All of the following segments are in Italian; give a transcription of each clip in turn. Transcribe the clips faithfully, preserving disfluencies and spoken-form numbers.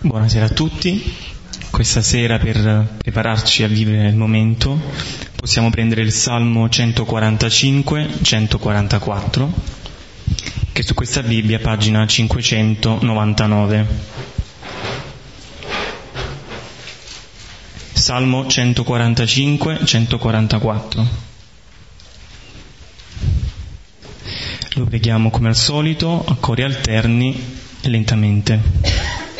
Buonasera a tutti. Questa sera, per prepararci a vivere il momento, possiamo prendere il Salmo centoquarantacinque centoquarantaquattro, che su questa Bibbia, pagina cinquecentonovantanove. Salmo centoquarantacinque centoquarantaquattro. Lo preghiamo come al solito, a cori alterni e lentamente.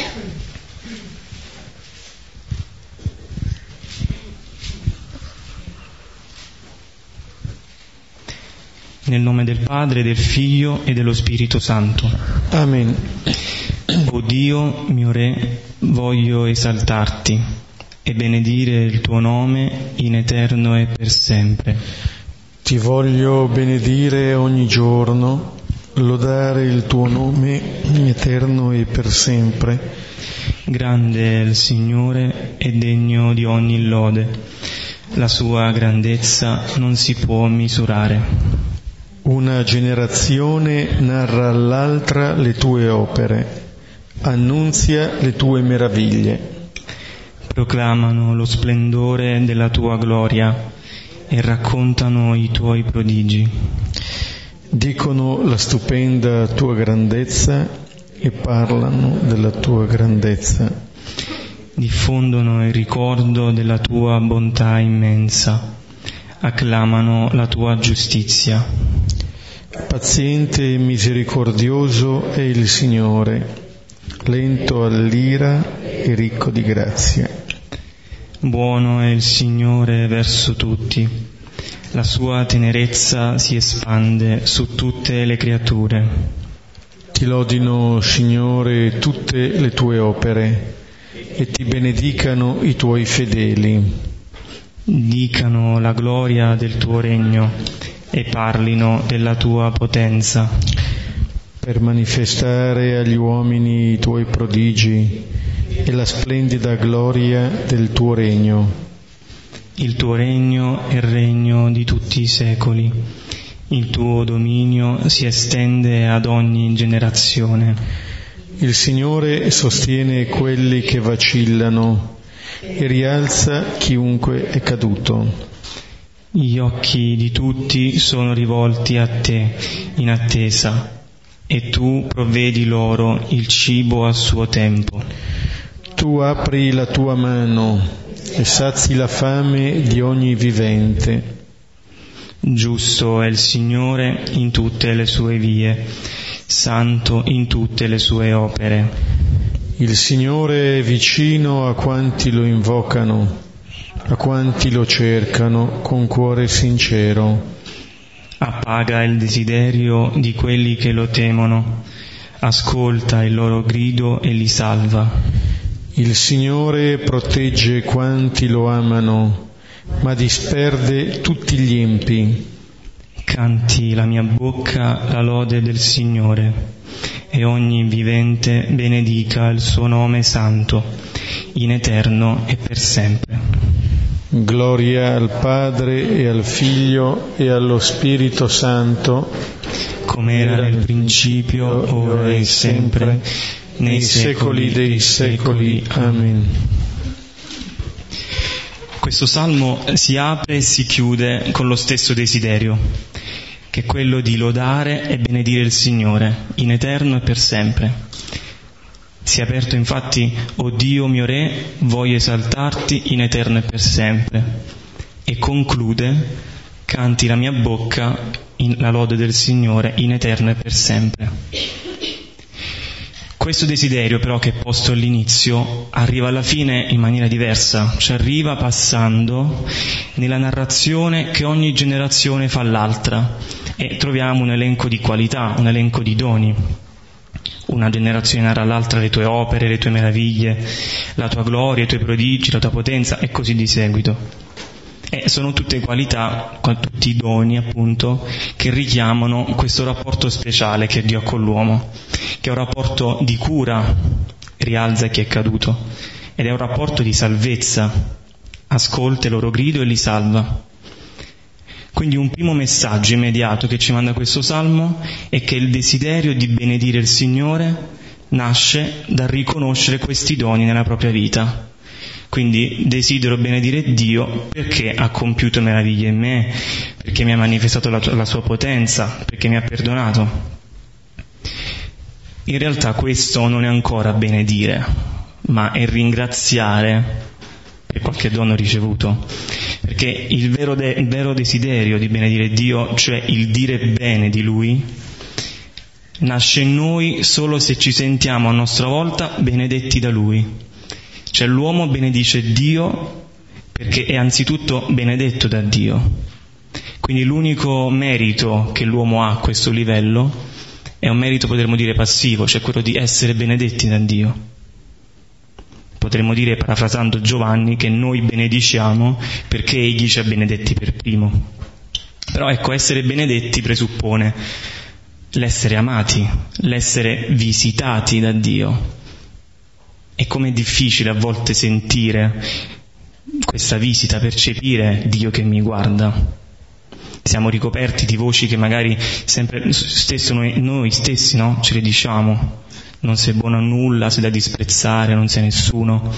Nel nome del Padre, del Figlio e dello Spirito Santo. Amen. O Dio, mio Re, voglio esaltarti e benedire il tuo nome in eterno e per sempre. Ti voglio benedire ogni giorno, lodare il tuo nome in eterno e per sempre. Grande è il Signore e degno di ogni lode. La sua grandezza non si può misurare. Una generazione narra all'altra le tue opere, annunzia le tue meraviglie. Proclamano lo splendore della tua gloria e raccontano i tuoi prodigi. Dicono la stupenda tua grandezza e parlano della tua grandezza. Diffondono il ricordo della tua bontà immensa. Acclamano la tua giustizia. Paziente e misericordioso è il Signore, lento all'ira e ricco di grazia. Buono è il Signore verso tutti, la sua tenerezza si espande su tutte le creature. Ti lodino, Signore, tutte le tue opere e ti benedicano i tuoi fedeli. Dicano la gloria del tuo regno e parlino della tua potenza. Per manifestare agli uomini i tuoi prodigi e la splendida gloria del tuo regno. Il tuo regno è il regno di tutti i secoli. Il tuo dominio si estende ad ogni generazione. Il Signore sostiene quelli che vacillano e rialza chiunque è caduto. Gli occhi di tutti sono rivolti a te in attesa, e tu provvedi loro il cibo a suo tempo. Tu apri la tua mano e sazi la fame di ogni vivente. Giusto è il Signore in tutte le sue vie, santo in tutte le sue opere. Il Signore è vicino a quanti lo invocano, a quanti lo cercano con cuore sincero. Appaga il desiderio di quelli che lo temono, ascolta il loro grido e li salva. Il Signore protegge quanti lo amano, ma disperde tutti gli empi. Canti la mia bocca la lode del Signore, e ogni vivente benedica il suo nome santo, in eterno e per sempre. Gloria al Padre e al Figlio e allo Spirito Santo, come era nel principio, ora e sempre, nei secoli dei secoli. Amen. Questo salmo si apre e si chiude con lo stesso desiderio, che è quello di lodare e benedire il Signore, in eterno e per sempre. Si è aperto infatti: O Dio mio Re, voglio esaltarti in eterno e per sempre. E conclude: canti la mia bocca in la lode del Signore in eterno e per sempre. Questo desiderio però, che è posto all'inizio, arriva alla fine in maniera diversa, ci arriva passando nella narrazione che ogni generazione fa all'altra, e troviamo un elenco di qualità, un elenco di doni. Una generazione narra all'altra le tue opere, le tue meraviglie, la tua gloria, i tuoi prodigi, la tua potenza, e così di seguito. E sono tutte qualità, tutti i doni appunto, che richiamano questo rapporto speciale che Dio ha con l'uomo, che è un rapporto di cura, rialza chi è caduto, ed è un rapporto di salvezza, ascolta il loro grido e li salva. Quindi un primo messaggio immediato che ci manda questo salmo è che il desiderio di benedire il Signore nasce dal riconoscere questi doni nella propria vita. Quindi desidero benedire Dio perché ha compiuto meraviglie in me, perché mi ha manifestato la, la sua potenza, perché mi ha perdonato. In realtà questo non è ancora benedire, ma è ringraziare per qualche dono ricevuto. Perché il vero, de- il vero desiderio di benedire Dio, cioè il dire bene di Lui, nasce in noi solo se ci sentiamo a nostra volta benedetti da Lui. Cioè l'uomo benedice Dio perché è anzitutto benedetto da Dio. Quindi l'unico merito che l'uomo ha a questo livello è un merito, potremmo dire, passivo, cioè quello di essere benedetti da Dio. Potremmo dire, parafrasando Giovanni, che noi benediciamo perché Egli ci ha benedetti per primo. Però ecco, essere benedetti presuppone l'essere amati, l'essere visitati da Dio. E com'è difficile a volte sentire questa visita, percepire Dio che mi guarda. Siamo ricoperti di voci che magari sempre stesso noi, noi stessi, no? Ce le diciamo. Non sei buono a nulla, sei da disprezzare, non sei nessuno.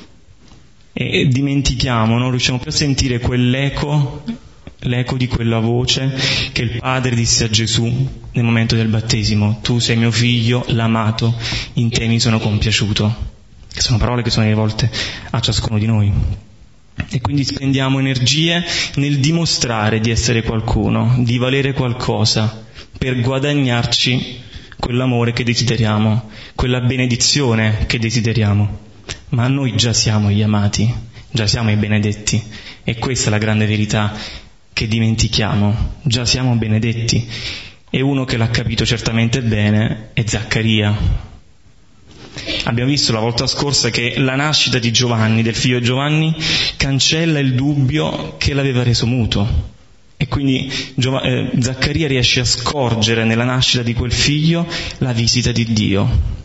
E dimentichiamo, non riusciamo più a sentire quell'eco, l'eco di quella voce che il Padre disse a Gesù nel momento del battesimo: tu sei mio figlio, l'amato, in te mi sono compiaciuto. Che sono parole che sono rivolte a ciascuno di noi. E quindi spendiamo energie nel dimostrare di essere qualcuno, di valere qualcosa, per guadagnarci quell'amore che desideriamo, quella benedizione che desideriamo. Ma noi già siamo gli amati, già siamo i benedetti, e questa è la grande verità che dimentichiamo. Già siamo benedetti, e uno che l'ha capito certamente bene è Zaccaria. Abbiamo visto la volta scorsa che la nascita di Giovanni, del figlio Giovanni, cancella il dubbio che l'aveva reso muto. E quindi Giov- eh, Zaccaria riesce a scorgere nella nascita di quel figlio la visita di Dio.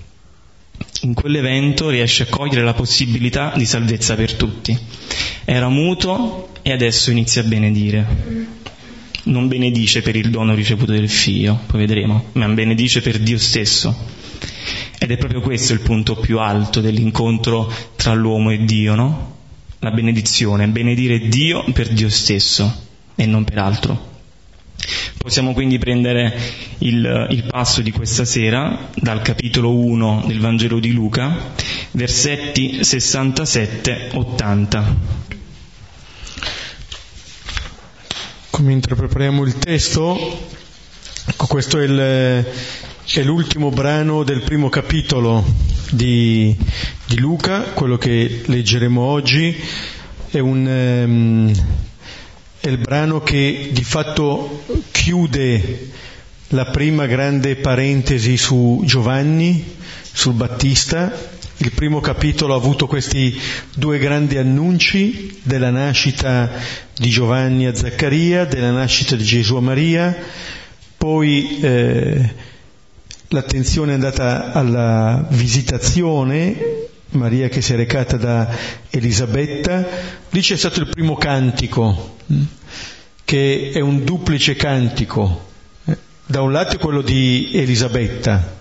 In quell'evento riesce a cogliere la possibilità di salvezza per tutti. Era muto e adesso inizia a benedire. Non benedice per il dono ricevuto del figlio, poi vedremo, ma benedice per Dio stesso. Ed è proprio questo il punto più alto dell'incontro tra l'uomo e Dio, no? La benedizione, benedire Dio per Dio stesso e non per altro. Possiamo quindi prendere il, il passo di questa sera dal capitolo uno del Vangelo di Luca, versetti sessantasette ottanta. Mentre prepariamo il testo, ecco, questo è il... È l'ultimo brano del primo capitolo di, di Luca, quello che leggeremo oggi. È, un, um, è il brano che di fatto chiude la prima grande parentesi su Giovanni, sul Battista. Il primo capitolo ha avuto questi due grandi annunci della nascita di Giovanni a Zaccaria, della nascita di Gesù a Maria, poi eh, l'attenzione è andata alla visitazione, Maria che si è recata da Elisabetta. Lì c'è stato il primo cantico, che è un duplice cantico. Da un lato è quello di Elisabetta.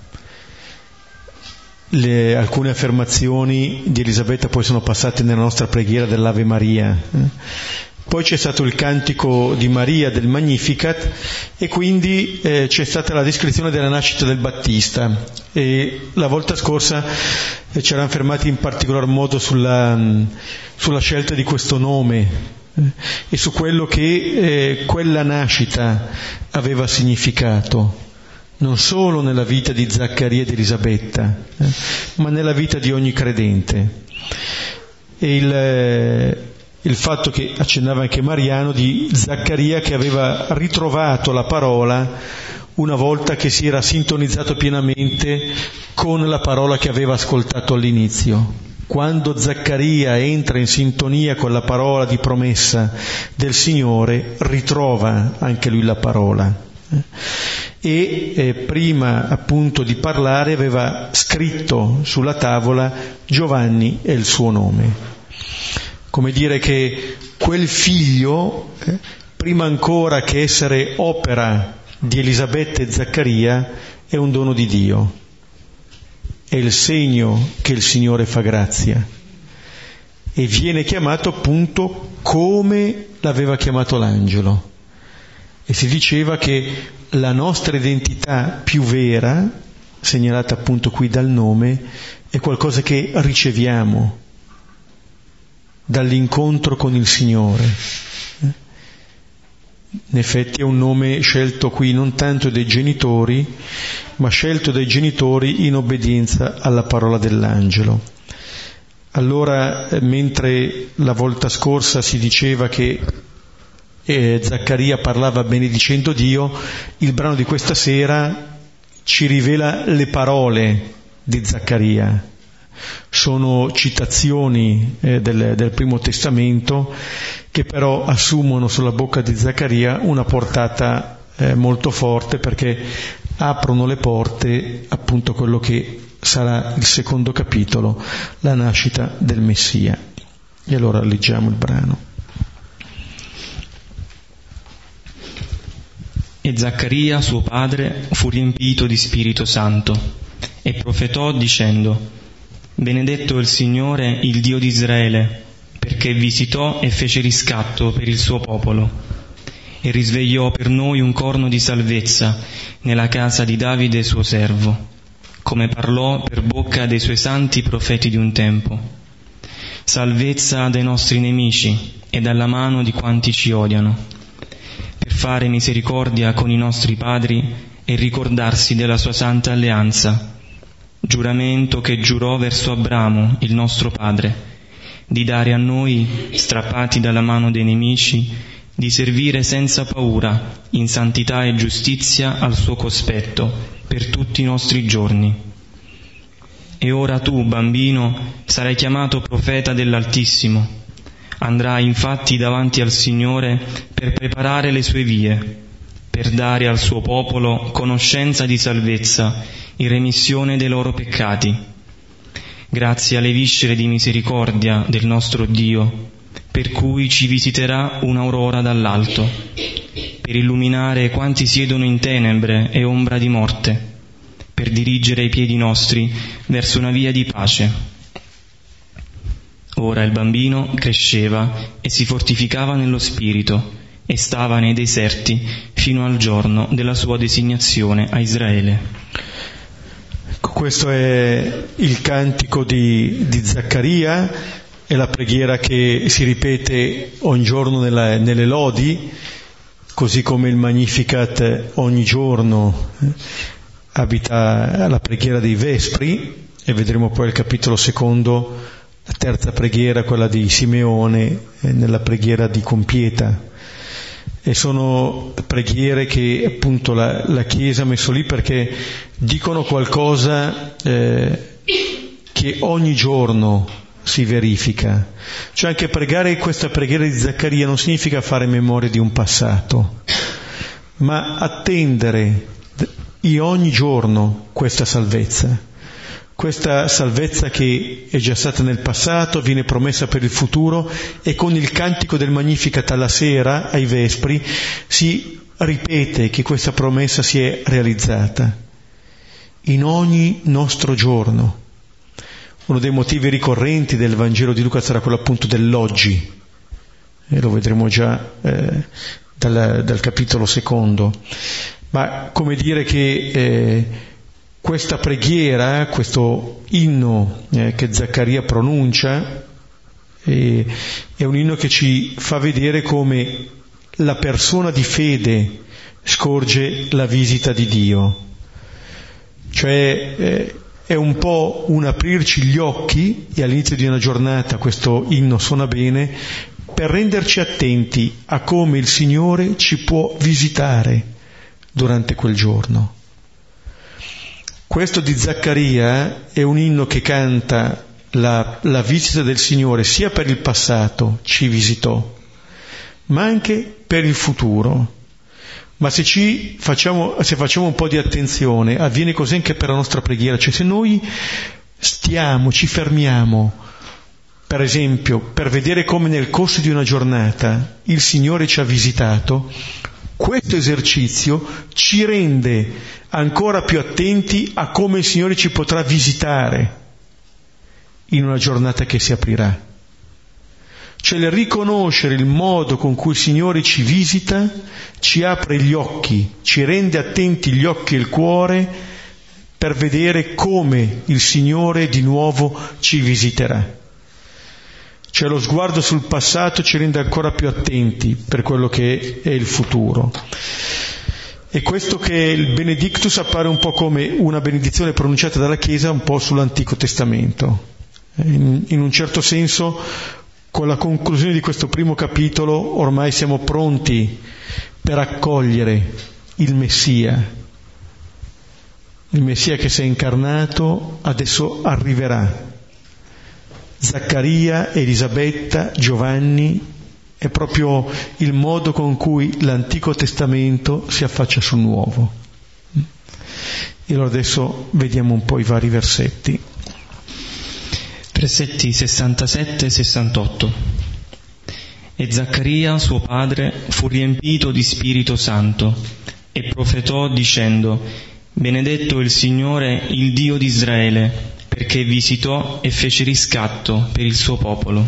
Le, alcune affermazioni di Elisabetta poi sono passate nella nostra preghiera dell'Ave Maria. Poi c'è stato il cantico di Maria del Magnificat, e quindi eh, c'è stata la descrizione della nascita del Battista. E la volta scorsa eh, ci eravamo fermati in particolar modo sulla, sulla scelta di questo nome eh, e su quello che eh, quella nascita aveva significato, non solo nella vita di Zaccaria ed Elisabetta, eh, ma nella vita di ogni credente. E il... Eh, il fatto che accennava anche Mariano di Zaccaria, che aveva ritrovato la parola una volta che si era sintonizzato pienamente con la parola che aveva ascoltato all'inizio. Quando Zaccaria entra in sintonia con la parola di promessa del Signore, ritrova anche lui la parola. E eh, prima appunto di parlare aveva scritto sulla tavola Giovanni e il suo nome. Come dire che quel figlio, eh, prima ancora che essere opera di Elisabetta e Zaccaria, è un dono di Dio. è il segno che il Signore fa grazia, e viene chiamato appunto come l'aveva chiamato l'angelo. E si diceva che la nostra identità più vera, segnalata appunto qui dal nome, è qualcosa che riceviamo dall'incontro con il Signore. In effetti è un nome scelto qui non tanto dai genitori, ma scelto dai genitori in obbedienza alla parola dell'angelo. Allora, mentre la volta scorsa si diceva che eh, Zaccaria parlava benedicendo Dio, il brano di questa sera ci rivela le parole di Zaccaria. Sono citazioni eh, del, del Primo Testamento che però assumono sulla bocca di Zaccaria una portata eh, molto forte, perché aprono le porte appunto a quello che sarà il secondo capitolo, la nascita del Messia. E allora leggiamo il brano. E Zaccaria, suo padre, fu riempito di Spirito Santo e profetò dicendo: Benedetto il Signore, il Dio di Israele, perché visitò e fece riscatto per il suo popolo, e risvegliò per noi un corno di salvezza nella casa di Davide suo servo, come parlò per bocca dei suoi santi profeti di un tempo. Salvezza dai nostri nemici e dalla mano di quanti ci odiano, per fare misericordia con i nostri padri e ricordarsi della sua santa alleanza, giuramento che giurò verso Abramo, il nostro padre, di dare a noi, strappati dalla mano dei nemici, di servire senza paura, in santità e giustizia al suo cospetto, per tutti i nostri giorni. E ora tu, bambino, sarai chiamato profeta dell'Altissimo. Andrai infatti davanti al Signore per preparare le sue vie, per dare al suo popolo conoscenza di salvezza in remissione dei loro peccati, grazie alle viscere di misericordia del nostro Dio, per cui ci visiterà un'aurora dall'alto, per illuminare quanti siedono in tenebre e ombra di morte, per dirigere i piedi nostri verso una via di pace. Ora il bambino cresceva e si fortificava nello spirito e stava nei deserti fino al giorno della sua designazione a Israele. Questo è il cantico di, di Zaccaria, è la preghiera che si ripete ogni giorno nella, nelle lodi, così come il Magnificat ogni giorno abita la preghiera dei Vespri, e vedremo poi il capitolo secondo, la terza preghiera, quella di Simeone, nella preghiera di Compieta. E sono preghiere che appunto la, la Chiesa ha messo lì perché dicono qualcosa eh, che ogni giorno si verifica. Cioè anche pregare questa preghiera di Zaccaria non significa fare memoria di un passato, ma attendere ogni giorno questa salvezza. Questa salvezza che è già stata nel passato, viene promessa per il futuro, e con il cantico del Magnificat alla sera, ai Vespri, si ripete che questa promessa si è realizzata in ogni nostro giorno. Uno dei motivi ricorrenti del Vangelo di Luca sarà quello appunto dell'oggi, e lo vedremo già eh, dal, dal capitolo secondo. Ma come dire che eh, questa preghiera, questo inno eh, che Zaccaria pronuncia, eh, è un inno che ci fa vedere come la persona di fede scorge la visita di Dio. Cioè eh, è un po' un aprirci gli occhi, e all'inizio di una giornata questo inno suona bene, per renderci attenti a come il Signore ci può visitare durante quel giorno. Questo di Zaccaria è un inno che canta la, la visita del Signore sia per il passato, ci visitò, ma anche per il futuro. Ma se ci facciamo, se facciamo un po' di attenzione, avviene così anche per la nostra preghiera. Cioè se noi stiamo, ci fermiamo, per esempio, per vedere come nel corso di una giornata il Signore ci ha visitato, Questo esercizio ci rende ancora più attenti a come il Signore ci potrà visitare in una giornata che si aprirà. Cioè il riconoscere il modo con cui il Signore ci visita ci apre gli occhi, ci rende attenti gli occhi e il cuore per vedere come il Signore di nuovo ci visiterà. Cioè lo sguardo sul passato ci rende ancora più attenti per quello che è il futuro. E questo che il Benedictus appare un po' come una benedizione pronunciata dalla Chiesa un po' sull'Antico Testamento. In, in un certo senso, con la conclusione di questo primo capitolo, ormai siamo pronti per accogliere il Messia. Il Messia che si è incarnato adesso arriverà. Zaccaria, Elisabetta, Giovanni, è proprio il modo con cui l'Antico Testamento si affaccia sul Nuovo. E allora adesso vediamo un po' i vari versetti. Versetti sessantasette e sessantotto. E Zaccaria, suo padre, fu riempito di Spirito Santo e profetò dicendo: Benedetto il Signore, il Dio di Israele, perché visitò e fece riscatto per il suo popolo.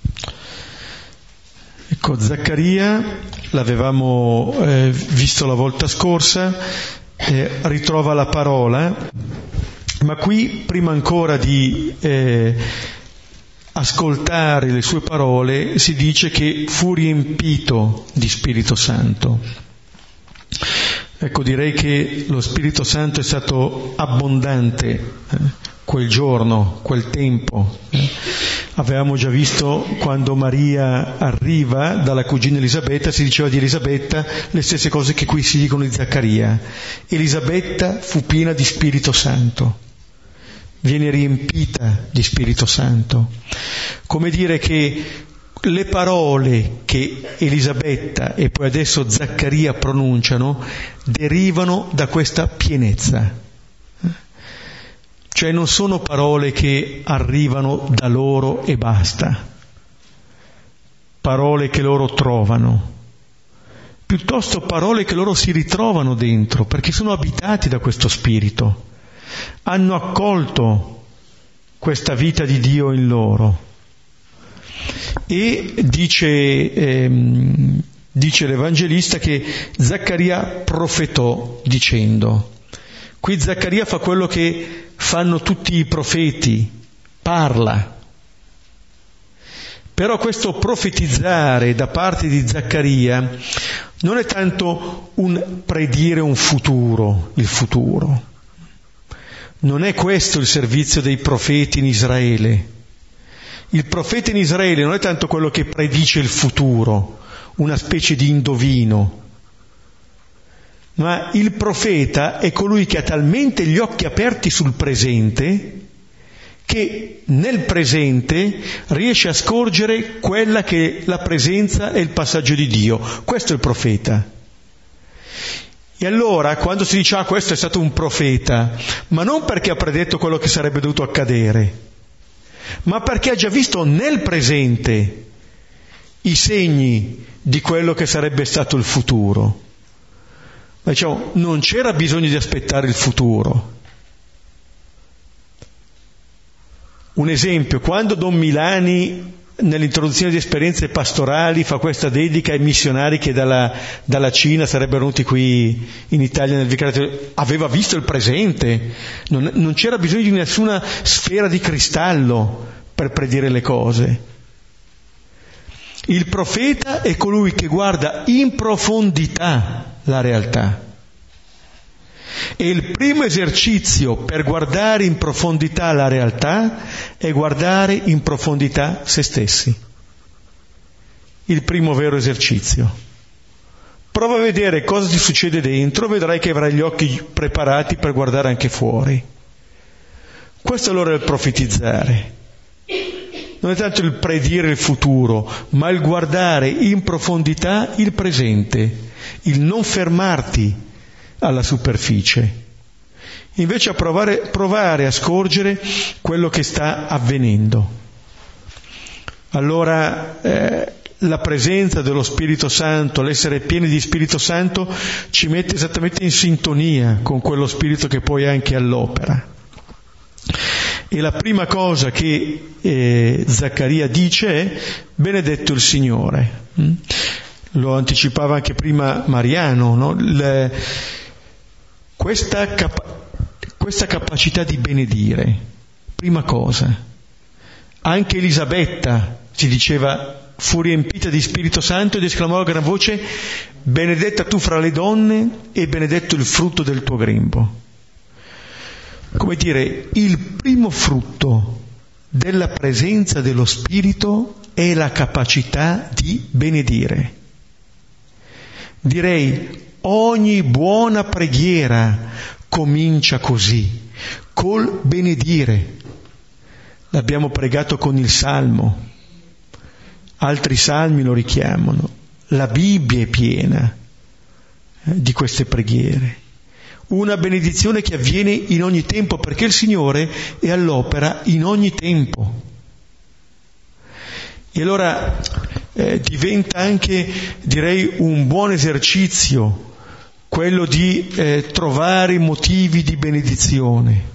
Ecco, Zaccaria, l'avevamo eh, visto la volta scorsa, eh, ritrova la parola, ma qui, prima ancora di eh, ascoltare le sue parole, si dice che fu riempito di Spirito Santo. Ecco, direi che lo Spirito Santo è stato abbondante eh, quel giorno, quel tempo. Avevamo già visto quando Maria arriva dalla cugina Elisabetta, si diceva di Elisabetta le stesse cose che qui si dicono di Zaccaria. Elisabetta fu piena di Spirito Santo, viene riempita di Spirito Santo. Come dire che le parole che Elisabetta e poi adesso Zaccaria pronunciano derivano da questa pienezza. Cioè non sono parole che arrivano da loro e basta, parole che loro trovano, piuttosto parole che loro si ritrovano dentro, perché sono abitati da questo Spirito, hanno accolto questa vita di Dio in loro. E dice, ehm, dice l'Evangelista che Zaccaria profetò dicendo. Qui Zaccaria fa quello che fanno tutti i profeti, parla. Però questo profetizzare da parte di Zaccaria non è tanto un predire un futuro, il futuro. Non è questo il servizio dei profeti in Israele. Il profeta in Israele non è tanto quello che predice il futuro, una specie di indovino, ma il profeta è colui che ha talmente gli occhi aperti sul presente che nel presente riesce a scorgere quella che è la presenza e il passaggio di Dio. Questo è il profeta. E allora quando si dice ah questo è stato un profeta, ma non perché ha predetto quello che sarebbe dovuto accadere, ma perché ha già visto nel presente i segni di quello che sarebbe stato il futuro. Ma diciamo, non c'era bisogno di aspettare il futuro. Un esempio, quando Don Milani nell'introduzione di esperienze pastorali fa questa dedica ai missionari che dalla, dalla Cina sarebbero venuti qui in Italia nel vicariato, aveva visto il presente, non, non c'era bisogno di nessuna sfera di cristallo per predire le cose. Il profeta è colui che guarda in profondità la realtà. E il primo esercizio per guardare in profondità la realtà è guardare in profondità se stessi. Il primo vero esercizio. Prova a vedere cosa ti succede dentro, vedrai che avrai gli occhi preparati per guardare anche fuori. Questo allora è il profetizzare. Non è tanto il predire il futuro, ma il guardare in profondità il presente, il non fermarti alla superficie, invece a provare, provare a scorgere quello che sta avvenendo. Allora eh, la presenza dello Spirito Santo, l'essere pieni di Spirito Santo, ci mette esattamente in sintonia con quello Spirito che poi è anche all'opera. E la prima cosa che eh, Zaccaria dice è: benedetto il Signore. Mm? Lo anticipava anche prima Mariano, no? Le, questa, capa- questa capacità di benedire, prima cosa. Anche Elisabetta, si diceva, fu riempita di Spirito Santo ed esclamò a gran voce: benedetta tu fra le donne e benedetto il frutto del tuo grembo. Come dire, il primo frutto della presenza dello Spirito è la capacità di benedire. Direi, ogni buona preghiera comincia così, col benedire. L'abbiamo pregato con il Salmo, altri salmi lo richiamano, la Bibbia è piena eh, di queste preghiere. Una benedizione che avviene in ogni tempo, perché il Signore è all'opera in ogni tempo. E allora eh, diventa anche, direi, un buon esercizio quello di eh, trovare motivi di benedizione.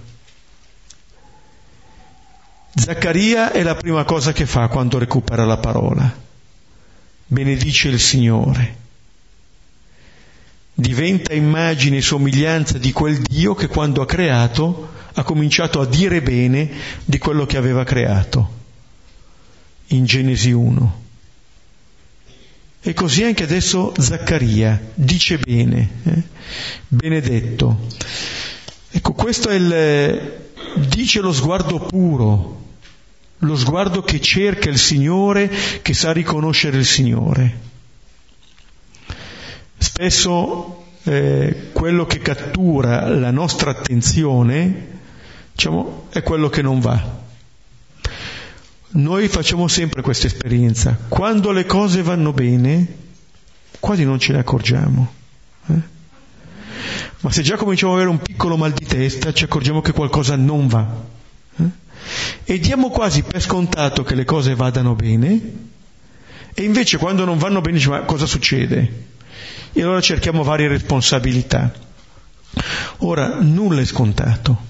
Zaccaria è la prima cosa che fa quando recupera la parola. Benedice il Signore. Diventa immagine e somiglianza di quel Dio che quando ha creato ha cominciato a dire bene di quello che aveva creato. In Genesi uno. E così anche adesso Zaccaria dice bene, eh? benedetto. Ecco, questo è il, dice lo sguardo puro, lo sguardo che cerca il Signore, che sa riconoscere il Signore. Spesso eh, quello che cattura la nostra attenzione, diciamo, è quello che non va. Noi facciamo sempre questa esperienza. Quando le cose vanno bene, quasi non ce ne accorgiamo. Eh? Ma se già cominciamo ad avere un piccolo mal di testa, ci accorgiamo che qualcosa non va. Eh? E diamo quasi per scontato che le cose vadano bene, e invece quando non vanno bene diciamo: ma cosa succede? E allora cerchiamo varie responsabilità. Ora, nulla è scontato.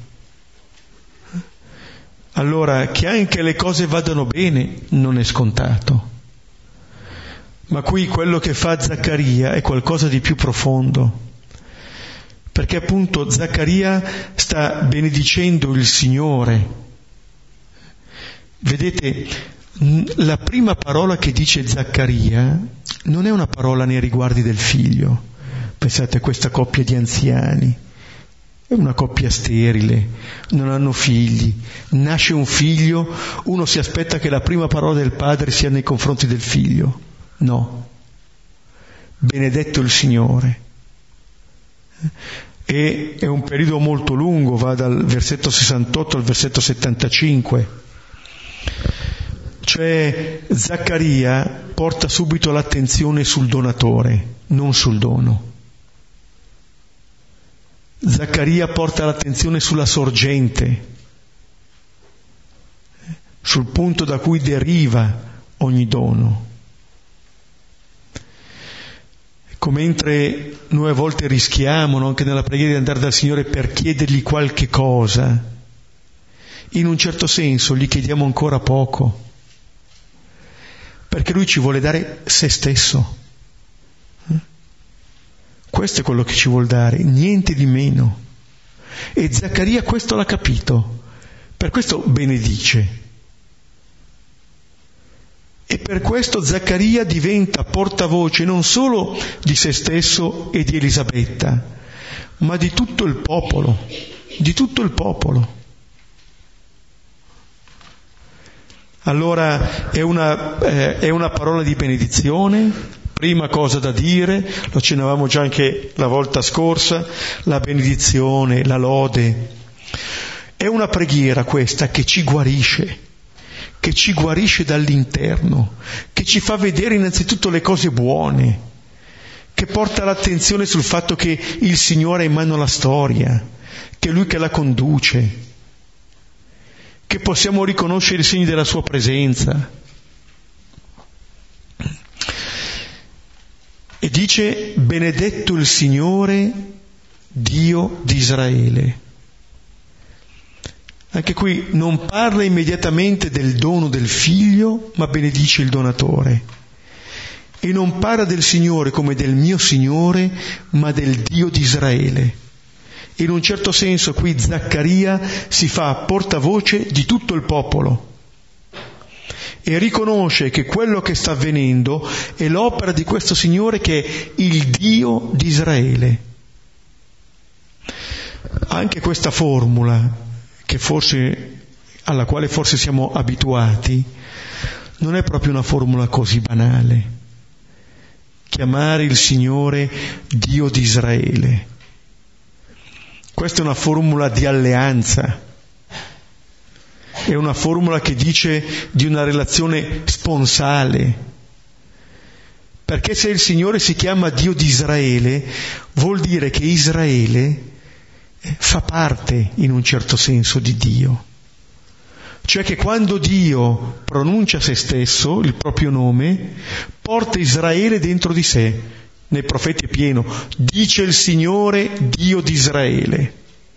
Allora, che anche le cose vadano bene non è scontato. Ma qui quello che fa Zaccaria è qualcosa di più profondo. Perché appunto Zaccaria sta benedicendo il Signore. Vedete, la prima parola che dice Zaccaria non è una parola nei riguardi del figlio. Pensate a questa coppia di anziani, è una coppia sterile, non hanno figli, nasce un figlio, uno si aspetta che la prima parola del padre sia nei confronti del figlio. No, benedetto il Signore. E è un periodo molto lungo, va dal versetto sessantotto al versetto settantacinque. Cioè Zaccaria porta subito l'attenzione sul donatore, non sul dono. Zaccaria porta l'attenzione sulla sorgente, sul punto da cui deriva ogni dono. Ecco, mentre noi a volte rischiamo, no, anche nella preghiera, di andare dal Signore per chiedergli qualche cosa, in un certo senso gli chiediamo ancora poco, perché Lui ci vuole dare se stesso. Questo è quello che ci vuol dare, niente di meno. E Zaccaria questo l'ha capito, per questo benedice. E per questo Zaccaria diventa portavoce non solo di se stesso e di Elisabetta, ma di tutto il popolo, di tutto il popolo. Allora è una, eh, è una parola di benedizione, prima cosa da dire, lo accennavamo già anche la volta scorsa, la benedizione, la lode. È una preghiera questa che ci guarisce, che ci guarisce dall'interno, che ci fa vedere innanzitutto le cose buone, che porta l'attenzione sul fatto che il Signore ha in mano la storia, che è Lui che la conduce, che possiamo riconoscere i segni della Sua presenza. dice: benedetto il Signore, Dio di Israele. Anche qui non parla immediatamente del dono del figlio, ma benedice il donatore. E non parla del Signore come del mio Signore, ma del Dio di Israele. In un certo senso qui Zaccaria si fa portavoce di tutto il popolo e riconosce che quello che sta avvenendo è l'opera di questo Signore che è il Dio di Israele. Anche questa formula, che forse, alla quale forse siamo abituati, non è proprio una formula così banale. Chiamare il Signore Dio di Israele. Questa è una formula di alleanza, è una formula che dice di una relazione sponsale, perché se il Signore si chiama Dio di Israele, vuol dire che Israele fa parte in un certo senso di Dio. Cioè che quando Dio pronuncia se stesso, il proprio nome, porta Israele dentro di sé. Nei profeti è pieno: dice il Signore Dio di Israele.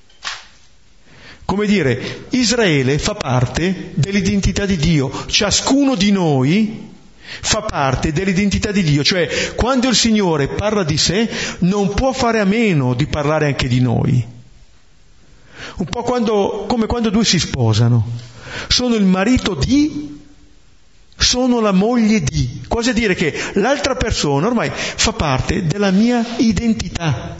Come dire, Israele fa parte dell'identità di Dio. Ciascuno di noi fa parte dell'identità di Dio. Cioè, quando il Signore parla di sé, non può fare a meno di parlare anche di noi. Un po' quando, come quando due si sposano. Sono il marito di, sono la moglie di. Cosa dire che l'altra persona ormai fa parte della mia identità.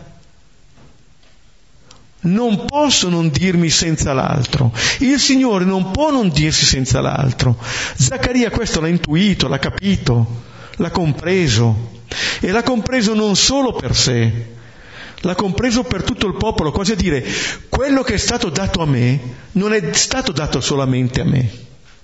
Non posso non dirmi senza l'altro. Il Signore non può non dirsi senza l'altro. Zaccaria questo l'ha intuito, l'ha capito, l'ha compreso. E l'ha compreso non solo per sé, l'ha compreso per tutto il popolo. Cosa dire? Quello che è stato dato a me non è stato dato solamente a me.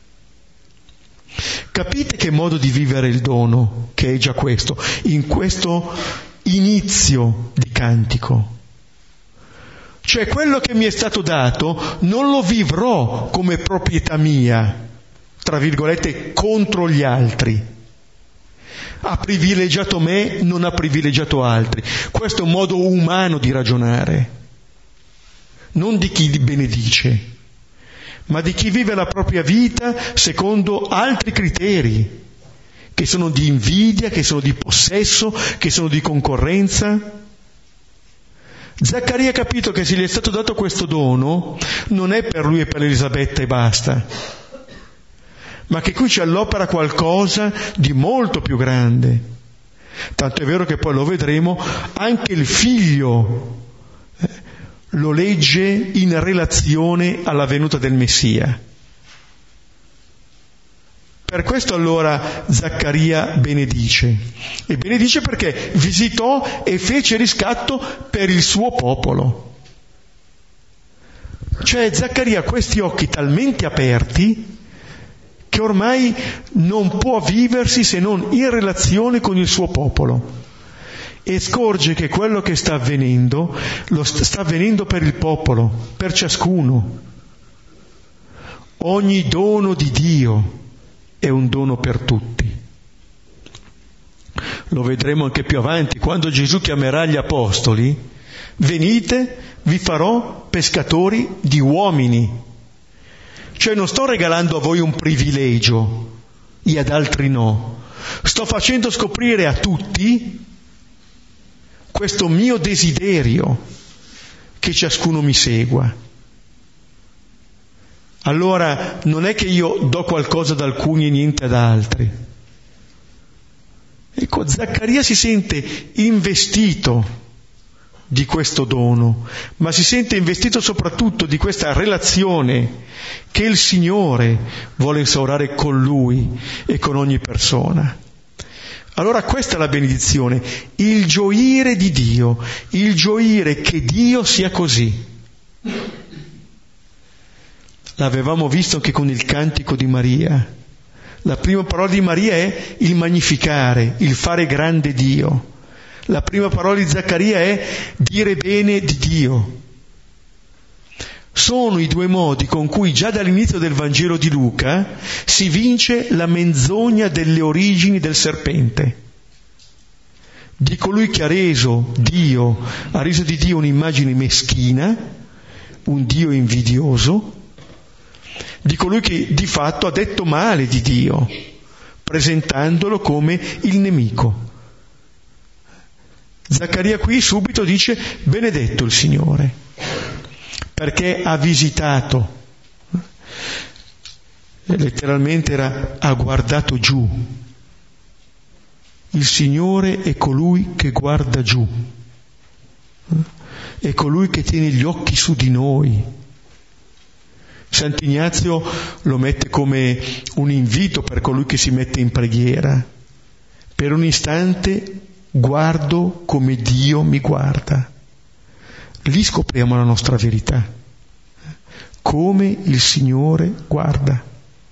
Capite che modo di vivere il dono che è già questo, in questo inizio di cantico. Cioè quello che mi è stato dato non lo vivrò come proprietà mia, tra virgolette, contro gli altri. Ha privilegiato me, non ha privilegiato altri. Questo è un modo umano di ragionare, non di chi benedice, ma di chi vive la propria vita secondo altri criteri, che sono di invidia, che sono di possesso, che sono di concorrenza. Zaccaria ha capito che se gli è stato dato questo dono, non è per lui e per Elisabetta e basta, ma che qui c'è all'opera qualcosa di molto più grande. Tanto è vero che poi lo vedremo, anche il figlio eh, lo legge in relazione alla venuta del Messia. Per questo allora Zaccaria benedice. E benedice perché visitò e fece riscatto per il suo popolo. Cioè Zaccaria ha questi occhi talmente aperti che ormai non può viversi se non in relazione con il suo popolo. E scorge che quello che sta avvenendo, lo sta avvenendo per il popolo, per ciascuno. Ogni dono di Dio è un dono per tutti. Lo vedremo anche più avanti, quando Gesù chiamerà gli apostoli: venite, vi farò pescatori di uomini. Cioè non sto regalando a voi un privilegio e ad altri no, sto facendo scoprire a tutti questo mio desiderio, che ciascuno mi segua. Allora non è che io do qualcosa ad alcuni e niente ad altri. Ecco, Zaccaria si sente investito di questo dono, ma si sente investito soprattutto di questa relazione che il Signore vuole instaurare con lui e con ogni persona. Allora questa è la benedizione, il gioire di Dio, il gioire che Dio sia così. L'avevamo visto anche con il cantico di Maria. La prima parola di Maria è il magnificare, il fare grande Dio. La prima parola di Zaccaria è dire bene di Dio. Sono i due modi con cui già dall'inizio del Vangelo di Luca si vince la menzogna delle origini del serpente. di colui che ha reso Dio, ha reso di Dio un'immagine meschina, un Dio invidioso, di colui che di fatto ha detto male di Dio, presentandolo come il nemico. Zaccaria qui subito dice: benedetto il Signore, perché ha visitato, letteralmente era ha guardato giù. Il Signore è colui che guarda giù, è colui che tiene gli occhi su di noi. Sant'Ignazio lo mette come un invito per colui che si mette in preghiera: per un istante guardo come Dio mi guarda. Lì scopriamo la nostra verità, come il Signore guarda.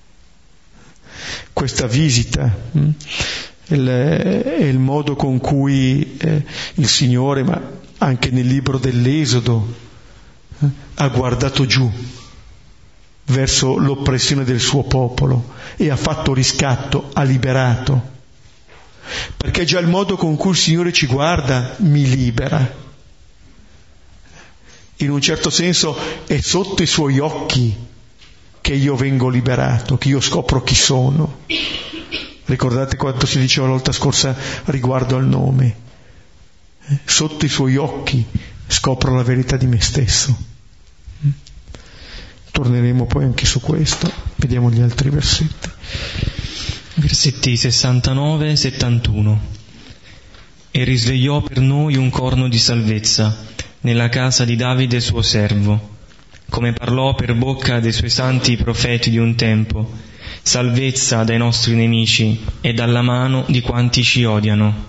Questa visita è il modo con cui eh, il Signore, ma anche nel libro dell'Esodo, eh, ha guardato giù verso l'oppressione del suo popolo e ha fatto riscatto, ha liberato. Perché già il modo con cui il Signore ci guarda mi libera. In un certo senso è sotto i suoi occhi che io vengo liberato, che io scopro chi sono. Ricordate quanto si diceva la volta scorsa riguardo al nome? Sotto i suoi occhi scopro la verità di me stesso. Torneremo poi anche su questo. Vediamo gli altri versetti. Versetti sessantanove settantuno. E risvegliò per noi un corno di salvezza nella casa di Davide suo servo, come parlò per bocca dei suoi santi profeti di un tempo, salvezza dai nostri nemici e dalla mano di quanti ci odiano.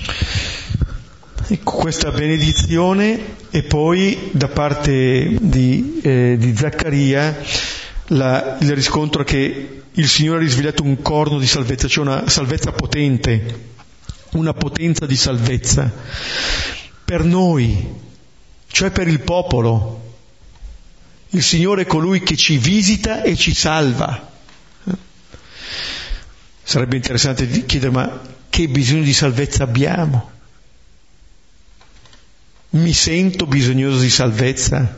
Ecco questa benedizione, e poi da parte di, eh, di Zaccaria la, il riscontro che il Signore ha risvegliato un corno di salvezza, cioè una salvezza potente, una potenza di salvezza per noi, cioè per il popolo. Il Signore è colui che ci visita e ci salva. Sarebbe interessante chiedere: ma che bisogno di salvezza abbiamo? Mi sento bisognoso di salvezza?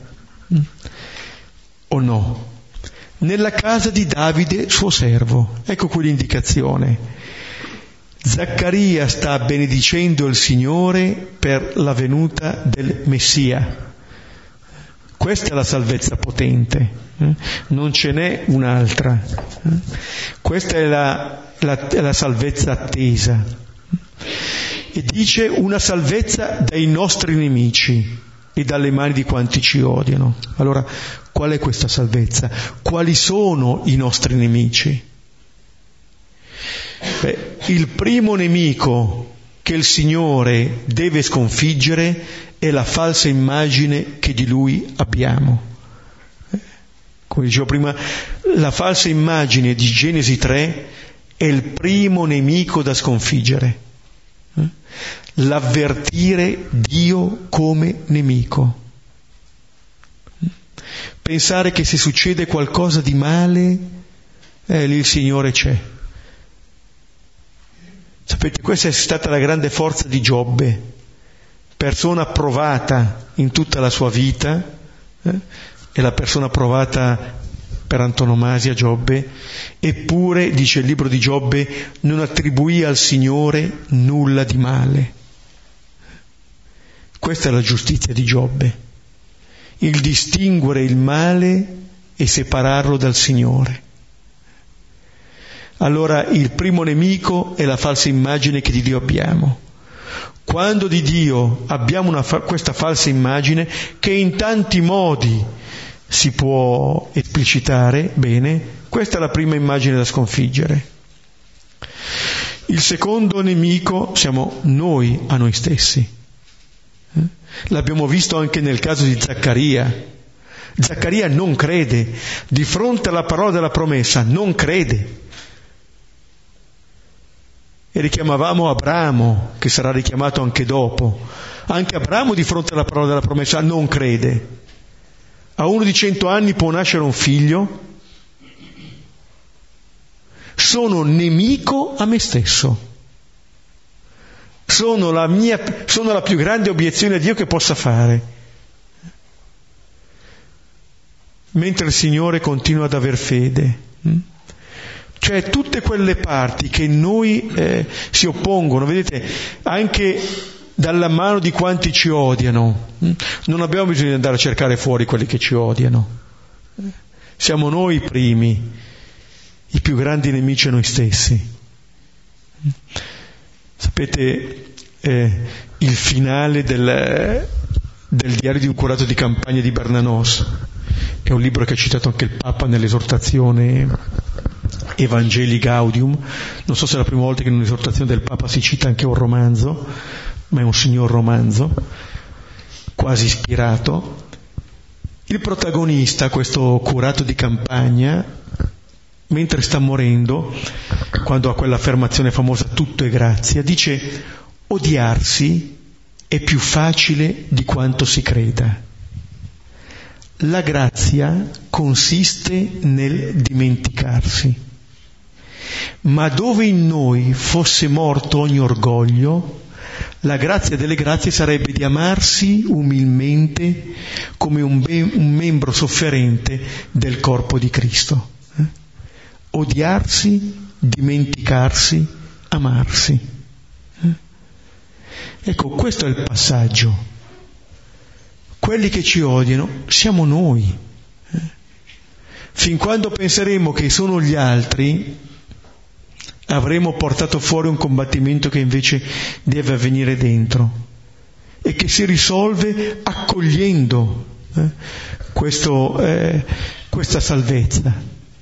O no? Nella casa di Davide suo servo. Ecco qui l'indicazione. Zaccaria sta benedicendo il Signore per la venuta del Messia. Questa è la salvezza potente, non ce n'è un'altra. Questa è la, la, è la salvezza attesa. E dice: una salvezza dai nostri nemici e dalle mani di quanti ci odiano. Allora, qual è questa salvezza? Quali sono i nostri nemici? Beh, il primo nemico che il Signore deve sconfiggere è la falsa immagine che di Lui abbiamo. Come dicevo prima, la falsa immagine di Genesi tre è il primo nemico da sconfiggere. L'avvertire Dio come nemico. Pensare che se succede qualcosa di male, eh, lì il Signore c'è. Sapete, questa è stata la grande forza di Giobbe, persona provata in tutta la sua vita, eh, è la persona provata per antonomasia Giobbe, eppure, dice il libro di Giobbe, non attribuì al Signore nulla di male. Questa è la giustizia di Giobbe, il distinguere il male e separarlo dal Signore. Allora il primo nemico è la falsa immagine che di Dio abbiamo. Quando di Dio abbiamo una fa- questa falsa immagine, che in tanti modi si può esplicitare bene, questa è la prima immagine da sconfiggere. Il secondo nemico siamo noi a noi stessi. L'abbiamo visto anche nel caso di Zaccaria. Zaccaria non crede, di fronte alla parola della promessa non crede. E richiamavamo Abramo, che sarà richiamato anche dopo. Anche Abramo di fronte alla parola della promessa non crede. A uno di cento anni può nascere un figlio. Sono nemico a me stesso. sono la mia, sono la più grande obiezione a Dio che possa fare. Mentre il Signore continua ad aver fede. Cioè tutte quelle parti che in noi eh, si oppongono, vedete, anche dalla mano di quanti ci odiano. Non abbiamo bisogno di andare a cercare fuori quelli che ci odiano. Siamo noi i primi, i più grandi nemici a noi stessi. Sapete, eh, il finale del, del diario di un curato di campagna di Bernanos, è un libro che ha citato anche il Papa nell'esortazione Evangelii Gaudium. Non so se è la prima volta che in un'esortazione del Papa si cita anche un romanzo, ma è un signor romanzo, quasi ispirato. Il protagonista, questo curato di campagna, mentre sta morendo, quando ha quell'affermazione famosa tutto è grazia, dice: odiarsi è più facile di quanto si creda. La grazia consiste nel dimenticarsi. Ma dove in noi fosse morto ogni orgoglio, la grazia delle grazie sarebbe di amarsi umilmente come un, be- un membro sofferente del corpo di Cristo. Eh? Odiarsi, dimenticarsi, amarsi. Eh? Ecco, questo è il passaggio. Quelli che ci odiano siamo noi. Eh? Fin quando penseremo che sono gli altri, avremo portato fuori un combattimento che invece deve avvenire dentro e che si risolve accogliendo eh, questo, eh, questa salvezza.